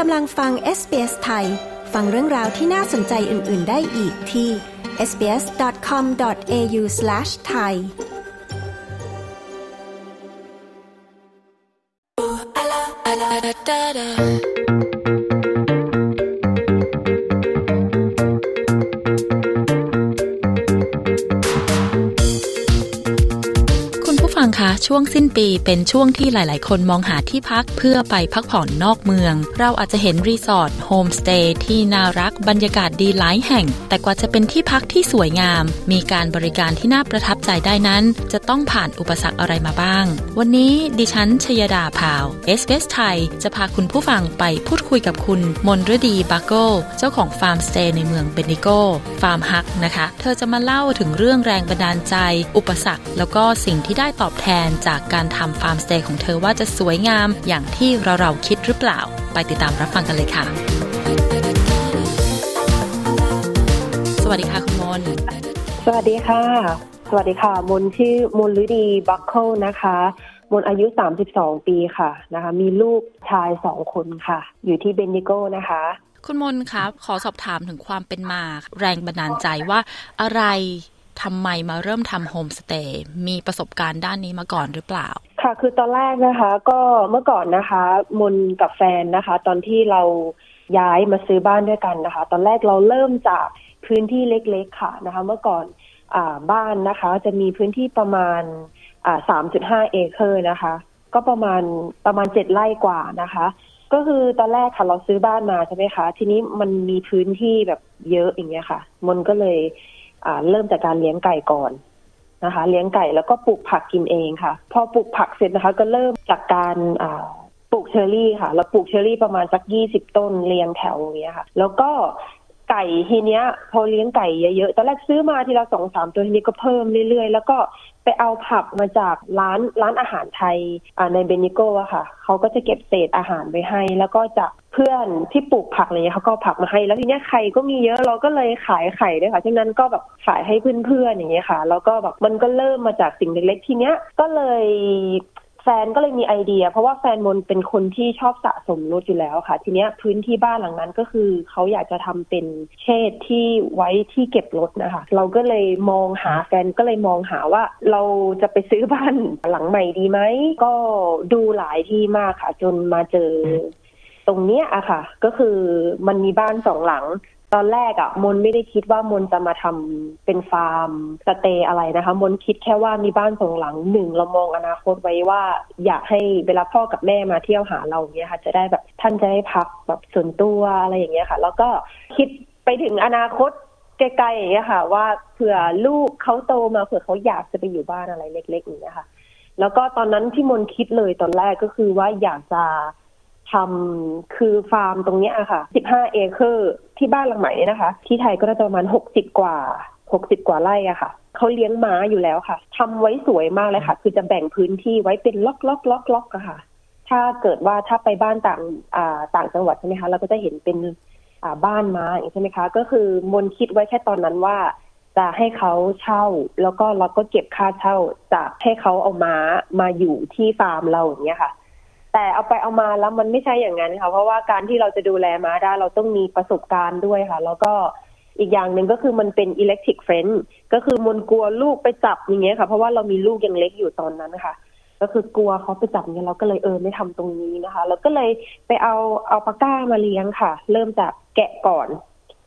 กำลังฟัง SBS ไทยฟังเรื่องราวที่น่าสนใจอื่นๆได้อีกที่ sbs.com.au/thai ค่ะช่วงสิ้นปีเป็นช่วงที่หลายๆคนมองหาที่พักเพื่อไปพักผ่อนนอกเมืองเราอาจจะเห็นรีสอร์ทโฮมสเตย์ที่น่ารักบรรยากาศดีหลายแห่งแต่กว่าจะเป็นที่พักที่สวยงามมีการบริการที่น่าประทับใจได้นั้นจะต้องผ่านอุปสรรคอะไรมาบ้างวันนี้ดิฉันชยดาพาว SBS ไทยจะพาคุณผู้ฟังไปพูดคุยกับคุณมนฤดีบักโกเจ้าของฟาร์มสเตย์ในเมืองเบนิโกฟาร์มฮักนะคะเธอจะมาเล่าถึงเรื่องแรงบันดาลใจอุปสรรคแล้วก็สิ่งที่ได้ตอบแทนจากการทำฟาร์มสเตย์ของเธอว่าจะสวยงามอย่างที่เราคิดหรือเปล่าไปติดตามรับฟังกันเลยค่ะสวัสดีค่ะคุณมนสวัสดีค่ะสวัสดีค่ะมนชื่อมนฤดีบัคเคิลนะคะมนอายุ32ปีค่ะนะคะมีลูกชาย2คนค่ะอยู่ที่เบนิโกนะคะคุณมนครับขอสอบถามถึงความเป็นมาแรงบันดาลใจว่าอะไรทำไมมาเริ่มทำโฮมสเตย์มีประสบการณ์ด้านนี้มาก่อนหรือเปล่าค่ะคือตอนแรกนะคะก็เมื่อก่อนนะคะมนกับแฟนนะคะตอนที่เราย้ายมาซื้อบ้านด้วยกันนะคะตอนแรกเราเริ่มจากพื้นที่เล็กๆค่ะนะคะเมื่อก่อนบ้านนะคะจะมีพื้นที่ประมาณ3.5 เอเคอร์นะคะก็ประมาณ7 ไร่กว่านะคะก็คือตอนแรกค่ะเราซื้อบ้านมาใช่ไหมคะทีนี้มันมีพื้นที่แบบเยอะอย่างเงี้ยค่ะมนก็เลยเริ่มจากการเลี้ยงไก่ก่อนนะคะเลี้ยงไก่แล้วก็ปลูกผักกินเองค่ะพอปลูกผักเสร็จนะคะก็เริ่มจากการปลูกเชอร์รี่ค่ะเราปลูกเชอร์รี่ประมาณสัก20 ต้นเรียงแถวอย่างเงี้ยค่ะแล้วก็ไก่ทีเนี้ยพอเลี้ยงไก่เยอะๆตอนแรกซื้อมาทีละ 2-3 ตัวทีนี้ก็เพิ่มเรื่อยๆแล้วก็ไปเอาผักมาจากร้านอาหารไทยในเบนิโกอะค่ะเขาก็จะเก็บเศษอาหารไว้ให้แล้วก็จากเพื่อนที่ปลูกผักอะไรเงี้ยเขาก็ผักมาให้แล้วทีเนี้ยไข่ก็มีเยอะเราก็เลยขายไข่ด้วยค่ะฉะนั้นก็แบบขายให้เพื่อนๆอย่างเงี้ยค่ะแล้วก็แบบมันก็เริ่มมาจากสิ่งเล็กๆทีเนี้ยก็เลยแฟนก็เลยมีไอเดียเพราะว่าแฟนมนเป็นคนที่ชอบสะสมรถอยู่แล้วค่ะทีเนี้ยพื้นที่บ้านหลังนั้นก็คือเขาอยากจะทำเป็นเชดที่ไว้ที่เก็บรถนะคะเราก็เลยมองหาแฟนก็เลยมองหาว่าเราจะไปซื้อบ้านหลังใหม่ดีไหมก็ดูหลายที่มากค่ะจนมาเจอตรงเนี้ยอะค่ะก็คือมันมีบ้าน2 หลังตอนแรกอะมนไม่ได้คิดว่ามนจะมาทำเป็นฟาร์มสเตย์อะไรนะคะมนคิดแค่ว่ามีบ้าน2 หลัง1เรามองอนาคตไว้ว่าอยากให้เวลาพ่อกับแม่มาเที่ยวหาเราอย่างเงี้ยค่ะจะได้แบบท่านจะได้พักแบบส่วนตัวอะไรอย่างเงี้ยค่ะแล้วก็คิดไปถึงอนาคตไกลๆอย่างเงี้ยค่ะว่าเผื่อลูกเขาโตมาเผื่อเขาอยากจะไปอยู่บ้านอะไรเล็กๆอย่างเงี้ยค่ะแล้วก็ตอนนั้นที่มนคิดเลยตอนแรกก็คือว่าอยากจะทำคือฟาร์มตรงนี้อะค่ะ15 เอเคอร์ที่บ้านหลังใหม่นะคะที่ไทยก็น่าจะประมาณ60 กว่าไร่อะค่ะเขาเลี้ยงม้าอยู่แล้วค่ะทำไว้สวยมากเลยค่ะคือจะแบ่งพื้นที่ไว้เป็นล็อกอะค่ะถ้าเกิดว่าถ้าไปบ้านต่างจังหวัดใช่ไหมคะเราก็จะเห็นเป็นบ้านม้าอย่างใช่ไหมคะก็คือมนคิดไว้แค่ตอนนั้นว่าจะให้เขาเช่าแล้วก็เราก็เก็บค่าเช่าจากให้เขาเอาม้ามาอยู่ที่ฟาร์มเราอย่างเงี้ยค่ะแต่เอาไปเอามาแล้วมันไม่ใช่อย่างนั้นค่ะเพราะว่าการที่เราจะดูแลม้าได้เราต้องมีประสบการณ์ด้วยค่ะแล้วก็อีกอย่างหนึ่งก็คือมันเป็น electric fence ก็คือมนกลัวลูกไปจับอย่างเงี้ยค่ะเพราะว่าเรามีลูกยังเล็กอยู่ตอนนั้นค่ะก็คือกลัวเขาไปจับเงี้ยเราก็เลยไม่ทำตรงนี้นะคะแล้วก็เลยไปเอาปาก้ามาเลี้ยงค่ะเริ่มจากแกะก่อน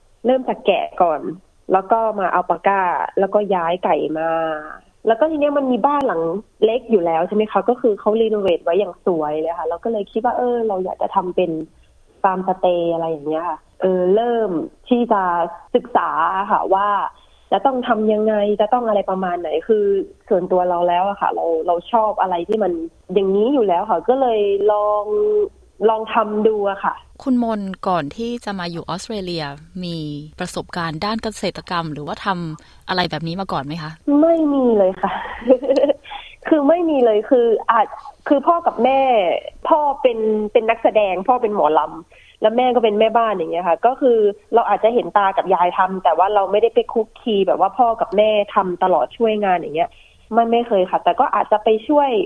แล้วก็มาเอาปาก้าแล้วก็ย้ายไก่มาแล้วก็ทีนี้มันมีบ้านหลังเล็กอยู่แล้วใช่ไหมคะก็คือเขารีโนเวทไว้อย่างสวยเลยค่ะเราก็เลยคิดว่าเราอยากจะทำเป็นฟาร์มสเตย์อะไรอย่างเงี้ยค่ะเริ่มที่จะศึกษาค่ะว่าจะต้องทำยังไงจะต้องอะไรประมาณไหนคือส่วนตัวเราแล้วอะค่ะเราชอบอะไรที่มันอย่างนี้อยู่แล้วค่ะก็เลยลองทำดูอะค่ะคุณมนก่อนที่จะมาอยู่ออสเตรเลียมีประสบการณ์ด้านเกษตรกรรมหรือว่าทำอะไรแบบนี้มาก่อนไหมคะไม่มีเลยค่ะ คือไม่มีเลยคือพ่อกับแม่พ่อเป็นนักแสดงพ่อเป็นหมอลำแล้วแม่ก็เป็นแม่บ้านอย่างเงี้ยค่ะก็คือเราอาจจะเห็นตากับยายทำแต่ว่าเราไม่ได้ไปคุกคีแบบว่าพ่อกับแม่ทำตลอดช่วยงานอย่างเงี้ยไม่เคยค่ะแต่ก็อาจจะไปช่วย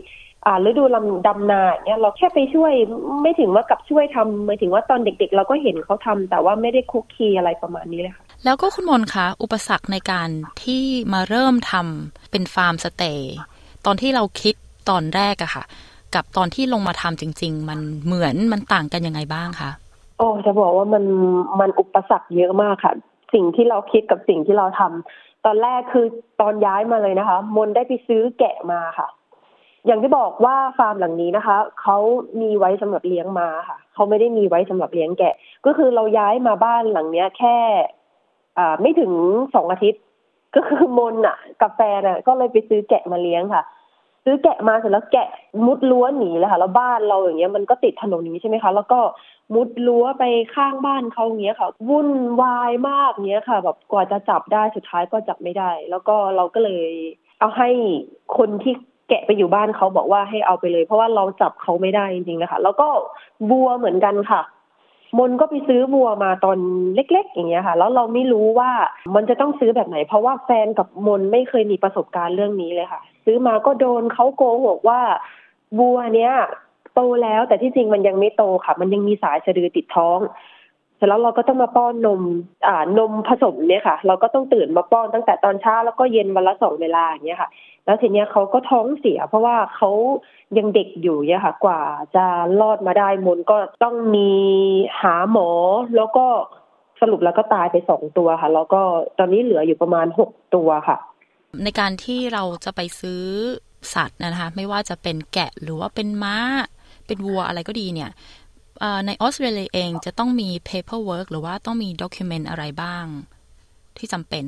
ฤดูดำนาเนี่ยเราแค่ไปช่วยไม่ถึงว่ากับช่วยทำหมายถึงว่าตอนเด็กๆเราก็เห็นเขาทำแต่ว่าไม่ได้คุกคีอะไรประมาณนี้เลยค่ะแล้วก็คุณมนคะอุปสรรคในการที่มาเริ่มทำเป็นฟาร์มสเตย์ตอนที่เราคิดตอนแรกอะค่ะกับตอนที่ลงมาทำจริงๆมันต่างกันยังไงบ้างคะจะบอกว่ามันอุปสรรคเยอะมากค่ะสิ่งที่เราคิดกับสิ่งที่เราทำตอนแรกคือตอนย้ายมาเลยนะคะมนได้ไปซื้อแกะมาค่ะอย่างที่บอกว่าฟาร์มหลังนี้นะคะเขามีไว้สำหรับเลี้ยงม้าค่ะเขาไม่ได้มีไว้สำหรับเลี้ยงแกะก็คือเราย้ายมาบ้านหลังเนี้ยแค่ไม่ถึง2 อาทิตย์ก็คือมนกับแฟนก็เลยไปซื้อแกะมาเลี้ยงค่ะซื้อแกะมาเสร็จแล้วแกะมุดรั้วหนีเลยค่ะแล้วบ้านเราอย่างเงี้ยมันก็ติดถนนนี้ใช่ไหมคะแล้วก็มุดรั้วไปข้างบ้านเขาอย่างเงี้ยค่ะวุ่นวายมากเงี้ยค่ะแบบกว่าจะจับได้สุดท้ายก็จับไม่ได้แล้วก็เราก็เลยเอาให้คนที่แกะไปอยู่บ้านเขาบอกว่าให้เอาไปเลยเพราะว่าเราจับเขาไม่ได้จริงๆนะคะแล้วก็วัวเหมือนกันค่ะมนก็ไปซื้อวัวมาตอนเล็กๆอย่างเงี้ยค่ะแล้วเราไม่รู้ว่ามันจะต้องซื้อแบบไหนเพราะว่าแฟนกับมนไม่เคยมีประสบการณ์เรื่องนี้เลยค่ะซื้อมาก็โดนเขาโกหกว่าวัวเนี้ยโตแล้วแต่ที่จริงมันยังไม่โตค่ะมันยังมีสายสะดือติดท้องเสร็จแล้วเราก็ต้องมาป้อนนมผสมเนี่ยค่ะเราก็ต้องตื่นมาป้อนตั้งแต่ตอนเช้าแล้วก็เย็นวันละ2 เวลาอย่างเงี้ยค่ะแล้วทีเนี้ยเขาก็ท้องเสียเพราะว่าเขายังเด็กอยู่เนี่ยค่ะกว่าจะรอดมาได้มนก็ต้องมีหาหมอแล้วก็สรุปแล้วก็ตายไป2 ตัวค่ะแล้วก็ตอนนี้เหลืออยู่ประมาณ6 ตัวค่ะในการที่เราจะไปซื้อสัตว์นะคะไม่ว่าจะเป็นแกะหรือว่าเป็นม้าเป็นวัวอะไรก็ดีเนี่ยในออสเตรเลียเองจะต้องมี paperwork หรือว่าต้องมี document อะไรบ้างที่จำเป็น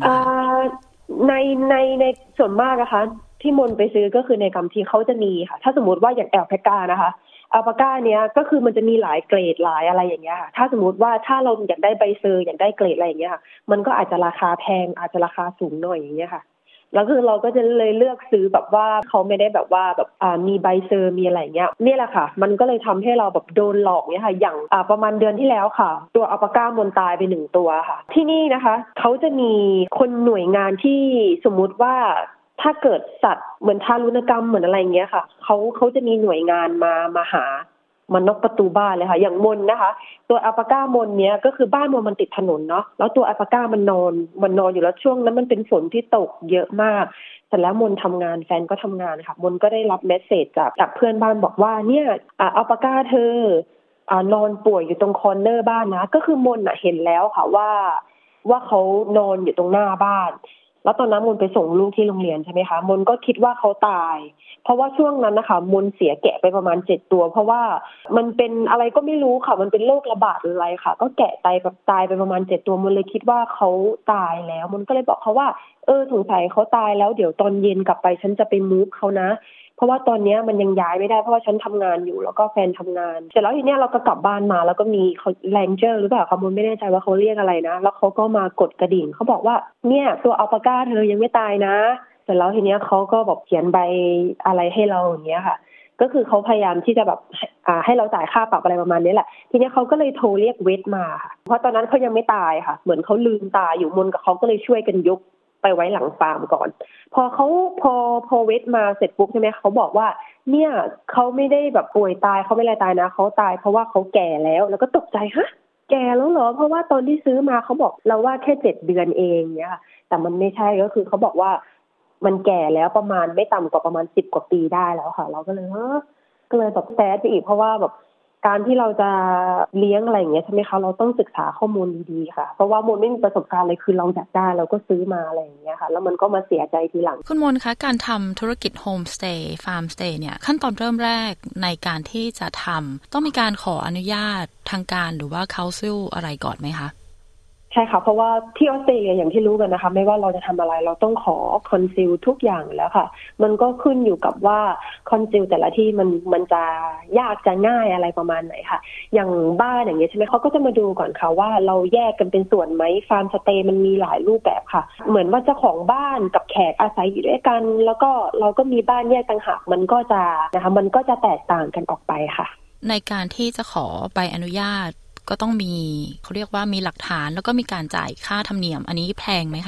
ในส่วนมากนะคะที่มนไปซื้อก็คือในกัมพูชาเขาจะมีค่ะถ้าสมมติว่าอย่างแอลแพก้านะคะแอลแพก้าเนี้ยก็คือมันจะมีหลายเกรดหลายอะไรอย่างเงี้ยค่ะถ้าสมมติว่าถ้าเราอยากได้ใบเซอร์อยากได้เกรดอะไรอย่างเงี้ยค่ะมันก็อาจจะราคาแพงอาจจะราคาสูงหน่อยอย่างเงี้ยค่ะแล้วคือเราก็จะเลยเลือกซื้อแบบว่าเขาไม่ได้แบบว่าแบบมีใบเซอร์มีอะไรเงี้ยนี่แหละค่ะมันก็เลยทำให้เราแบบโดนหลอกเนี่ยค่ะอย่างประมาณเดือนที่แล้วค่ะตัวอัลปาก้ามนตายไป1 ตัวค่ะที่นี่นะคะเขาจะมีคนหน่วยงานที่สมมุติว่าถ้าเกิดสัตว์เหมือนทารุณกรรมเหมือนอะไรเงี้ยค่ะเขาจะมีหน่วยงานมาหามันนอกประตูบ้านเลยค่ะอย่างมนนะคะตัวอัลปาก้ามนเนี้ยก็คือบ้านมันติดถนนเนาะแล้วตัวอัลปาก้ามันนอนอยู่แล้วช่วงนั้นมันเป็นฝนที่ตกเยอะมากเสร็จแล้วมนทำงานแฟนก็ทำงานค่ะมนก็ได้รับเมสเสจจากเพื่อนบ้านบอกว่าเนี่ยอัลปาก้าเธอนอนป่วยอยู่ตรงคอร์เนอร์บ้านนะก็คือมนเห็นแล้วค่ะว่าเขานอนอยู่ตรงหน้าบ้านแล้วตอนนั้นมนไปส่งลูกที่โรงเรียนใช่ไหมคะมนก็คิดว่าเขาตายเพราะว่าช่วงนั้นนะคะมนเสียแกะไปประมาณ7 ตัวเพราะว่ามันเป็นอะไรก็ไม่รู้ค่ะมันเป็นโรคระบาดหรืออะไรค่ะก็แกะตายไปประมาณ7 ตัวมนเลยคิดว่าเขาตายแล้วมนก็เลยบอกเขาว่าสงสัยเขาตายแล้วเดี๋ยวตอนเย็นกลับไปฉันจะไปมูฟเขานะเพราะว่าตอนนี้มันยังย้ายไม่ได้เพราะว่าฉันทำงานอยู่แล้วก็แฟนทำงานเสร็จแล้วทีเนี้ยเราก็กลับบ้านมาแล้วก็มีเขาแรงเจอร์หรือเปล่าคะมนไม่แน่ใจว่าเขาเรียกอะไรนะแล้วเขาก็มากดกระดิ่งเขาบอกว่าเนี่ยตัวอัลปาก้าเธอยังไม่ตายนะเสร็จแล้วทีเนี้ยเขาก็บอกเขียนใบอะไรให้เราอย่างเงี้ยค่ะก็คือเขาพยายามที่จะแบบให้เราจ่ายค่าปรับอะไรประมาณนี้แหละทีเนี้ยเขาก็เลยโทรเรียกเวทมาค่ะเพราะตอนนั้นเขายังไม่ตายค่ะเหมือนเขาลืมตาอยู่มนกับเขาก็เลยช่วยกันยกไปไว้หลังฟาร์มก่อนพอเวทมาเสร็จปุ๊บใช่ไหมเขาบอกว่าเนี่ยเขาไม่ได้แบบป่วยตายเขาไม่อะไรตายนะเขาตายเพราะว่าเขาแก่แล้วก็ตกใจฮะแก่แล้วเหรอเพราะว่าตอนที่ซื้อมาเขาบอกเราว่าแค่7 เดือนเองเนี่ยแต่มันไม่ใช่ก็คือเขาบอกว่ามันแก่แล้วประมาณไม่ต่ำกว่าประมาณ10 กว่าปีได้แล้วค่ะเราก็เลยแบบแซดไปอีกเพราะว่าแบบการที่เราจะเลี้ยงอะไรอย่างเงี้ยใช่ไหมคะเราต้องศึกษาข้อมูลดีๆค่ะเพราะว่ามนไม่มีประสบการณ์เลยคือเราอยากได้เราก็ซื้อมาอะไรอย่างเงี้ยค่ะแล้วมันก็มาเสียใจทีหลังคุณมนคะการทำธุรกิจโฮมสเตย์ฟาร์มสเตย์เนี่ยขั้นตอนเริ่มแรกในการที่จะทำต้องมีการขออนุญาตทางการหรือว่า Council อะไรก่อนไหมคะใช่ค่ะเพราะว่าที่ออสเตรเลียอย่างที่รู้กันนะคะไม่ว่าเราจะทำอะไรเราต้องขอคอนซิลทุกอย่างแล้วค่ะมันก็ขึ้นอยู่กับว่าคอนซิลแต่ละที่มันจะยากจะง่ายอะไรประมาณไหนค่ะอย่างบ้านอย่างเงี้ยใช่ไหมเขาก็จะมาดูก่อนค่ะว่าเราแยกกันเป็นส่วนไหมฟาร์มสเตย์มันมีหลายรูปแบบค่ะเหมือนว่าเจ้าของบ้านกับแขกอาศัยอยู่ด้วยกันแล้วก็เราก็มีบ้านแยกต่างหากมันก็จะแตกต่างกันออกไปค่ะในการที่จะขอใบอนุญาตก็ต้องมีเขาเรียกว่ามีหลักฐานแล้วก็มีการจ่ายค่าธรรมเนียมอันนี้แพงไหมคะ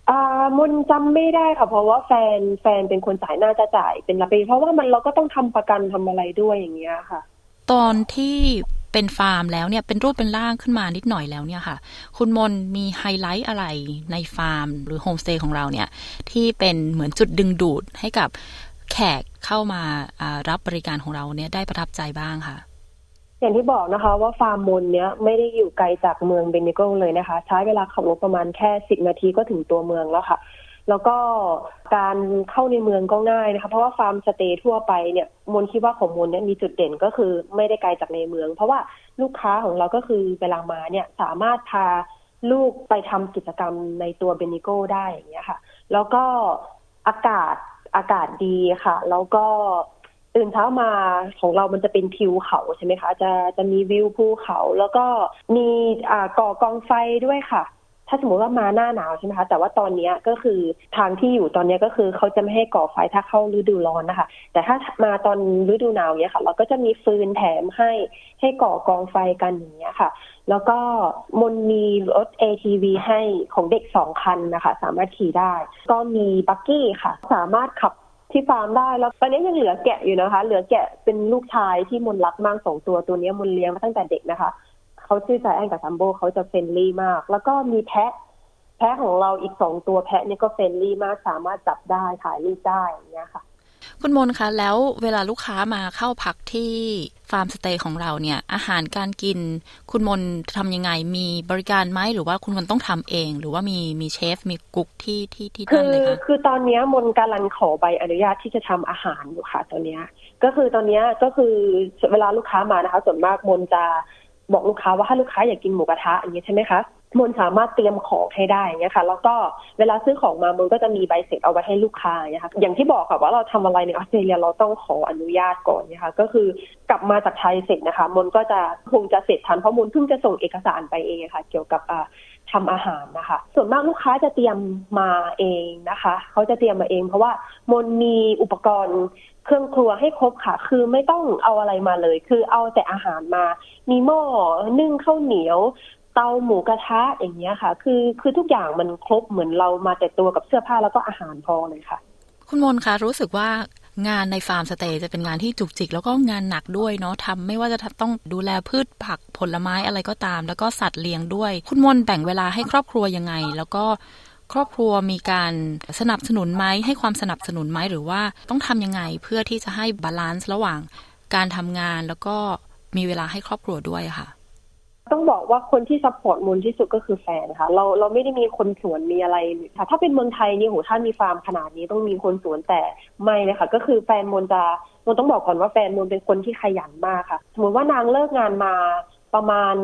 มนจำไม่ได้ค่ะเพราะว่าแฟนเป็นคนจ่ายน่าจะจ่ายเป็นระเบียบเพราะว่าเราก็ต้องทำประกันทำอะไรด้วยอย่างเงี้ยค่ะตอนที่เป็นฟาร์มแล้วเนี่ยเป็นรูปเป็นร่างขึ้นมานิดหน่อยแล้วเนี่ยค่ะคุณมนมีไฮไลท์อะไรในฟาร์มหรือโฮมสเตย์ของเราเนี่ยที่เป็นเหมือนจุดดึงดูดให้กับแขกเข้ามารับบริการของเราเนี่ยได้ประทับใจบ้างค่ะอย่างที่บอกนะคะว่าฟาร์มมนเนี้ยไม่ได้อยู่ไกลจากเมืองเบเนโกเลยนะคะใช้เวลาขับรถประมาณแค่10 นาทีก็ถึงตัวเมืองแล้วค่ะแล้วก็การเข้าในเมืองก็ง่ายนะคะเพราะว่าฟาร์มสเตย์ทั่วไปเนี่ยมนคิดว่าของมนเนี่ยมีจุดเด่นก็คือไม่ได้ไกลจากในเมืองเพราะว่าลูกค้าของเราก็คือเวลามาเนี่ยสามารถพาลูกไปทำกิจกรรมในตัวเบเนโกได้อย่างเงี้ยค่ะแล้วก็อากาศดีค่ะแล้วก็ตื่นเช้ามาของเรามันจะเป็นทิวเขาใช่ไหมคะจะมีวิวภูเขาแล้วก็มีก่อกองไฟด้วยค่ะถ้าสมมติว่ามาหน้าหนาวใช่ไหมคะแต่ว่าตอนนี้ก็คือทางที่อยู่ตอนนี้ก็คือเขาจะไม่ให้ก่อไฟถ้าเข้าฤดูร้อนนะคะแต่ถ้ามาตอนฤดูหนาวเนี้ยค่ะเราก็จะมีฟืนแถมให้ก่อกองไฟกันอย่างเงี้ยค่ะแล้วก็มนมีรถ ATV ให้ของเด็ก2 คันนะคะสามารถขี่ได้ก็มีบักกี้ค่ะสามารถขับที่ฟาร์มได้แล้วตอนนี้ยังเหลือแกะอยู่นะคะเหลือแกะเป็นลูกชายที่มนรักมาก2 ตัวนี้มนเลี้ยงมาตั้งแต่เด็กนะคะเขาชื่อใจแอนกับซัมโบเขาจะเฟรนลี่มากแล้วก็มีแพะของเราอีก2 ตัวแพะนี่ก็เฟรนลี่มากสามารถจับได้ถ่ายรูปได้อย่างเงี้ยค่ะคุณมนคะแล้วเวลาลูกค้ามาเข้าพักที่ฟาร์มสเตย์ของเราเนี่ยอาหารการกินคุณมนทำยังไงมีบริการไหมหรือว่าคุณมนต้องทำเองหรือว่ามีเชฟมีกุ๊กที่นั่นเลยคะคือตอนนี้มนกำลังขอใบอนุญาตที่จะทำอาหารอยู่ค่ะตอนนี้ก็คือตอนนี้ก็คือเวลาลูกค้ามานะคะส่วนมากมนจะบอกลูกค้าว่าถ้าลูกค้าอยากกินหมูกระทะอย่างนี้ใช่ไหมคะมนสามารถเตรียมของให้ได้อย่างเงี้ยค่ะแล้วก็เวลาซื้อของมามนก็จะมีใบเสร็จเอาไว้ให้ลูกค้าอย่างเงี้ยค่ะอย่างที่บอกค่ะว่าเราทำอะไรในออสเตรเลียเราต้องขออนุญาตก่อนนะคะก็คือกลับมาจากไทยเสร็จนะคะมนก็จะคงจะเสร็จทันเพราะมนเพิ่งจะส่งเอกสารไปเองค่ะเกี่ยวกับทำอาหารนะคะส่วนมากลูกค้าจะเตรียมมาเองนะคะเขาจะเตรียมมาเองเพราะว่ามนมีอุปกรณ์เครื่องครัวให้ครบค่ะคือไม่ต้องเอาอะไรมาเลยคือเอาแต่อาหารมามีหม้อนึ่งข้าวเหนียวเตาหมูกระทะอย่างเงี้ยค่ะคือทุกอย่างมันครบเหมือนเรามาแต่ตัวกับเสื้อผ้าแล้วก็อาหารพอเลยค่ะคุณมนคะรู้สึกว่างานในฟาร์มสเตย์จะเป็นงานที่จุกจิกแล้วก็งานหนักด้วยเนาะทำไม่ว่าจะต้องดูแลพืชผักผลไม้อะไรก็ตามแล้วก็สัตว์เลี้ยงด้วยคุณมนแบ่งเวลาให้ครอบครัวยังไงแล้วก็ครอบครัวมีการสนับสนุนไหมให้ความสนับสนุนไหมหรือว่าต้องทำยังไงเพื่อที่จะให้บาลานซ์ระหว่างการทำงานแล้วก็มีเวลาให้ครอบครัวด้วยค่ะต้องบอกว่าคนที่ซัพพอร์ตมนที่สุดก็คือแฟนค่ะเราไม่ได้มีคนสวนมีอะไรค่ะถ้าเป็นเมืองไทยนี่โหถ้ามีฟาร์มขนาดนี้ต้องมีคนสวนแต่ไม่เลยค่ะก็คือแฟนมนต้องบอกก่อนว่าแฟนมนเป็นคนที่ขยันมากค่ะสมมติว่านางเลิกงานมาประมาณ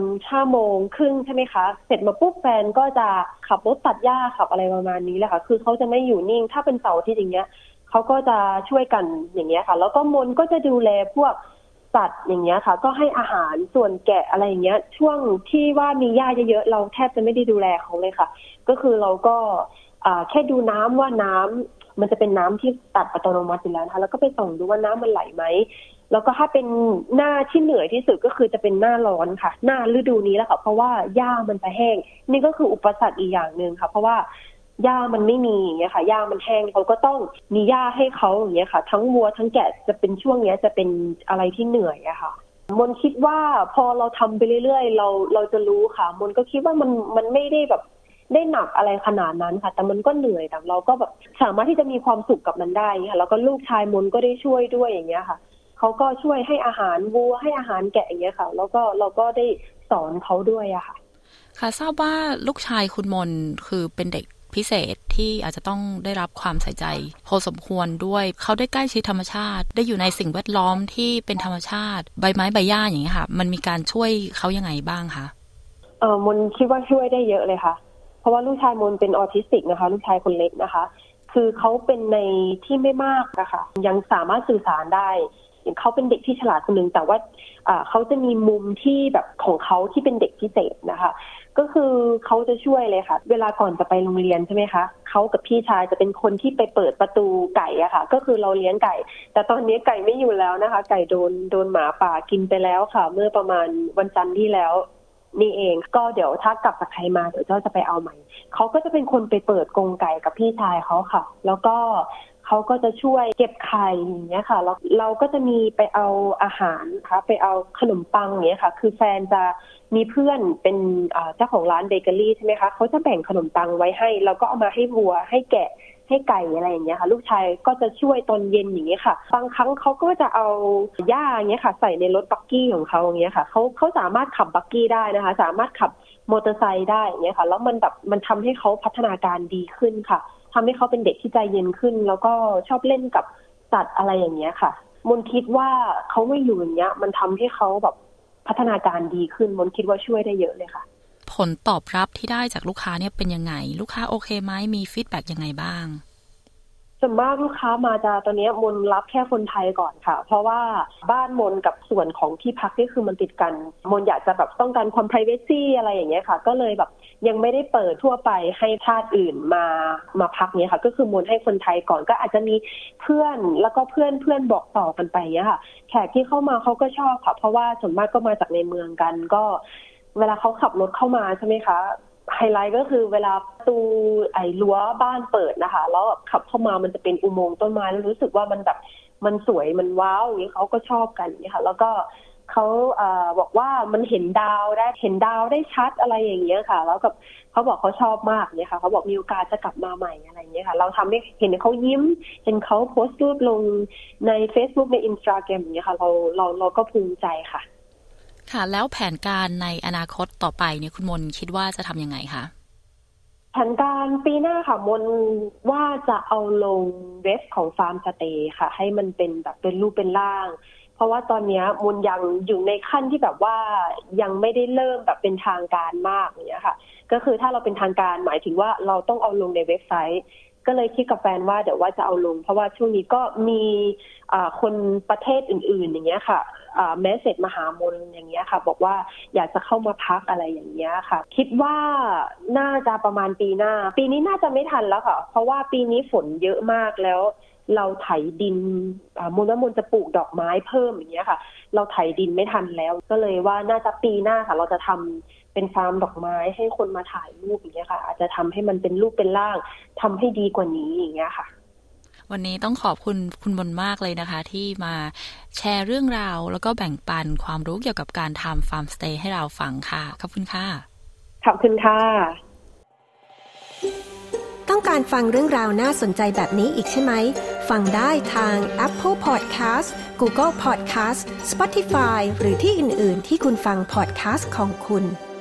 5:30ใช่ไหมคะเสร็จมาปุ๊บแฟนก็จะขับรถตัดหญ้าขับอะไรประมาณนี้แหละค่ะคือเขาจะไม่อยู่นิ่งถ้าเป็นเสาร์ที่อย่างเงี้ยเขาก็จะช่วยกันอย่างเงี้ยค่ะแล้วก็มนก็จะดูแลพวกสัตว์อย่างเงี้ยค่ะก็ให้อาหารส่วนแกะอะไรอย่างเงี้ยช่วงที่ว่ามีหญ้าเยอะๆเราแทบจะไม่ได้ดูแลเขาเลยค่ะก็คือเราก็แค่ดูน้ำว่าน้ำมันจะเป็นน้ำที่ตัดอัตโนมัติอยู่แล้วนะคะแล้วก็ไปส่องดูว่าน้ำมันไหลไหมแล้วก็ถ้าเป็นหน้าที่เหนื่อยที่สุดก็คือจะเป็นหน้าร้อนค่ะหน้าฤดูนี้แหละค่ะเพราะว่าหญ้ามันจะแห้งนี่ก็คืออุปสรรคอีกอย่างนึงค่ะเพราะว่าหญ้ามันไม่มีอย่างเงี้ยค่ะหญ้ามันแห้งเขาก็ต้องมีหญ้าให้เขาอย่างเงี้ยค่ะทั้งวัวทั้งแกะจะเป็นช่วงเนี้ยจะเป็นอะไรที่เหนื่อยอะค่ะมนคิดว่าพอเราทำไปเรื่อยๆเราจะรู้ค่ะมนก็คิดว่ามันไม่ได้แบบได้หนักอะไรขนาดนั้นค่ะแต่มันก็เหนื่อยแต่เราก็แบบสามารถที่จะมีความสุขกับมันได้ค่ะแล้วก็ลูกชายมนก็ได้ช่วยด้วยอย่างเงี้ยค่ะเขาก็ช่วยให้อาหารวัวให้อาหารแกะอย่างเงี้ยค่ะแล้วก็เราก็ได้สอนเขาด้วยอะค่ะค่ะทราบว่าลูกชายคุณมนคือเป็นเด็กพิเศษที่อาจจะต้องได้รับความใส่ใจพอสมควรด้วยเขาได้ใกล้ชิดธรรมชาติได้อยู่ในสิ่งแวดล้อมที่เป็นธรรมชาติใบไม้ใบหญ้าอย่างเงี้ยค่ะมันมีการช่วยเขายังไงบ้างคะมนคิดว่าช่วยได้เยอะเลยค่ะเพราะว่าลูกชายมนเป็นออทิสติกนะคะลูกชายคนเล็กนะคะคือเขาเป็นในที่ไม่มากนะคะยังสามารถสื่อสารได้อย่างเขาเป็นเด็กที่ฉลาดคนหนึ่งแต่ว่าเขาจะมีมุมที่แบบของเขาที่เป็นเด็กพิเศษนะคะก็คือเขาจะช่วยเลยค่ะเวลาก่อนจะไปโรงเรียนใช่ไหมคะเขากับพี่ชายจะเป็นคนที่ไปเปิดประตูไก่อะค่ะก็คือเราเลี้ยงไก่แต่ตอนนี้ไก่ไม่อยู่แล้วนะคะไก่โดนหมาป่ากินไปแล้วค่ะเมื่อประมาณวันจันทร์ที่แล้วนี่เองก็เดี๋ยวถ้ากลับจากไทยมาเดี๋ยวเจ้าจะไปเอาใหม่เขาก็จะเป็นคนไปเปิดกรงไก่กับพี่ชายเขาค่ะแล้วก็เขาก็จะช่วยเก็บไข่อย่างเงี้ยค่ะแล้วเราก็จะมีไปเอาอาหารค่ะไปเอาขนมปังอย่างเงี้ยค่ะคือแฟนจะมีเพื่อนเป็นเจ้าของร้านเบเกอรี่ใช่ไหมคะเขาจะแบ่งขนมปังไว้ให้แล้วก็เอามาให้วัวให้แกะให้ไก่อะไรอย่างเงี้ยค่ะลูกชายก็จะช่วยตอนเย็นอย่างเงี้ยค่ะบางครั้งเขาก็จะเอาหญ้าอย่างเงี้ยค่ะใส่ในรถบักกี้ของเขาอย่างเงี้ยค่ะเขาสามารถขับบักกี้ได้นะคะสามารถขับมอเตอร์ไซค์ได้อย่างเงี้ยค่ะแล้วมันทำให้เขาพัฒนาการดีขึ้นค่ะทำให้เขาเป็นเด็กที่ใจเย็นขึ้นแล้วก็ชอบเล่นกับสัตว์อะไรอย่างเงี้ยค่ะมนคิดว่าเขาไม่อยู่อย่างเงี้ยมันทำให้เขาแบบพัฒนาการดีขึ้นมนคิดว่าช่วยได้เยอะเลยค่ะผลตอบรับที่ได้จากลูกค้าเนี่ยเป็นยังไงลูกค้าโอเคไหมมีฟีดแบ็กยังไงบ้างส่วนมากลูกค้ามาจะตอนนี้มนรับแค่คนไทยก่อนค่ะเพราะว่าบ้านมนกับส่วนของที่พักนี่คือมันติดกันมนอยากจะแบบต้องการความ privacy อะไรอย่างเงี้ยค่ะก็เลยแบบยังไม่ได้เปิดทั่วไปให้ชาติอื่นมาพักเนี้ยค่ะก็คือมนให้คนไทยก่อนก็อาจจะมีเพื่อนแล้วก็เพื่อนบอกต่อกันไปเนี้ยค่ะแขกที่เข้ามาเขาก็ชอบค่ะเพราะว่าส่วนมากก็มาจากในเมืองกันก็เวลาเขาขับรถเข้ามาใช่ไหมคะไฮไลท์ก็คือเวลาประตูรั้วบ้านเปิดนะคะแล้วขับเข้ามามันจะเป็นอุโมงค์ต้นไม้แล้วรู้สึกว่ามันแบบมันสวยมันว้าวอย่างนี้เขาก็ชอบกันนี่ค่ะแล้วก็เขาบอกว่ามันเห็นดาวได้ชัดอะไรอย่างเงี้ยค่ะแล้วกับเขาบอกเขาชอบมากเนี่ยค่ะเขาบอกมีโอกาสจะกลับมาใหม่อะไรอย่างเงี้ยค่ะเราทำให้เห็นเขายิ้มเห็นเขาโพสต์รูปลงใน Facebook ใน Instagram อย่างเงี้ยค่ะเราก็ภูมิใจค่ะค่ะแล้วแผนการในอนาคตต่อไปเนี่ยคุณมนคิดว่าจะทำยังไงคะแผนการปีหน้าค่ะมนว่าจะเอาลงเว็บของฟาร์มสเตย์ค่ะให้มันเป็นแบบเป็นรูปเป็นร่างเพราะว่าตอนนี้มนยังอยู่ในขั้นที่แบบว่ายังไม่ได้เริ่มแบบเป็นทางการมากอย่างเงี้ยค่ะก็คือถ้าเราเป็นทางการหมายถึงว่าเราต้องเอาลงในเว็บไซต์ก็เลยคิดกับแฟนว่าเดี๋ยวว่าจะเอาลงเพราะว่าช่วงนี้ก็มีคนประเทศอื่นๆอย่างเงี้ยค่ะแมสเสจมาหามนอย่างเงี้ยค่ะบอกว่าอยากจะเข้ามาพักอะไรอย่างเงี้ยค่ะคิดว่าน่าจะประมาณปีหน้าปีนี้น่าจะไม่ทันแล้วค่ะเพราะว่าปีนี้ฝนเยอะมากแล้วเราไถดินมนจะปลูกดอกไม้เพิ่มอย่างเงี้ยค่ะเราไถดินไม่ทันแล้วก็เลยว่าน่าจะปีหน้าค่ะเราจะทำเป็นฟาร์มดอกไม้ให้คนมาถ่ายรูปอย่างเงี้ยค่ะอาจจะทำให้มันเป็นรูปเป็นร่างทำให้ดีกว่านี้อย่างเงี้ยค่ะวันนี้ต้องขอบคุณมนมากเลยนะคะที่มาแชร์เรื่องราวแล้วก็แบ่งปันความรู้เกี่ยวกับการทำฟาร์มสเตย์ให้เราฟังค่ะขอบคุณค่ะขอบคุณค่ะต้องการฟังเรื่องราวน่าสนใจแบบนี้อีกใช่ไหมฟังได้ทาง Apple Podcast Google Podcast Spotify หรือที่อื่นๆที่คุณฟัง podcast ของคุณ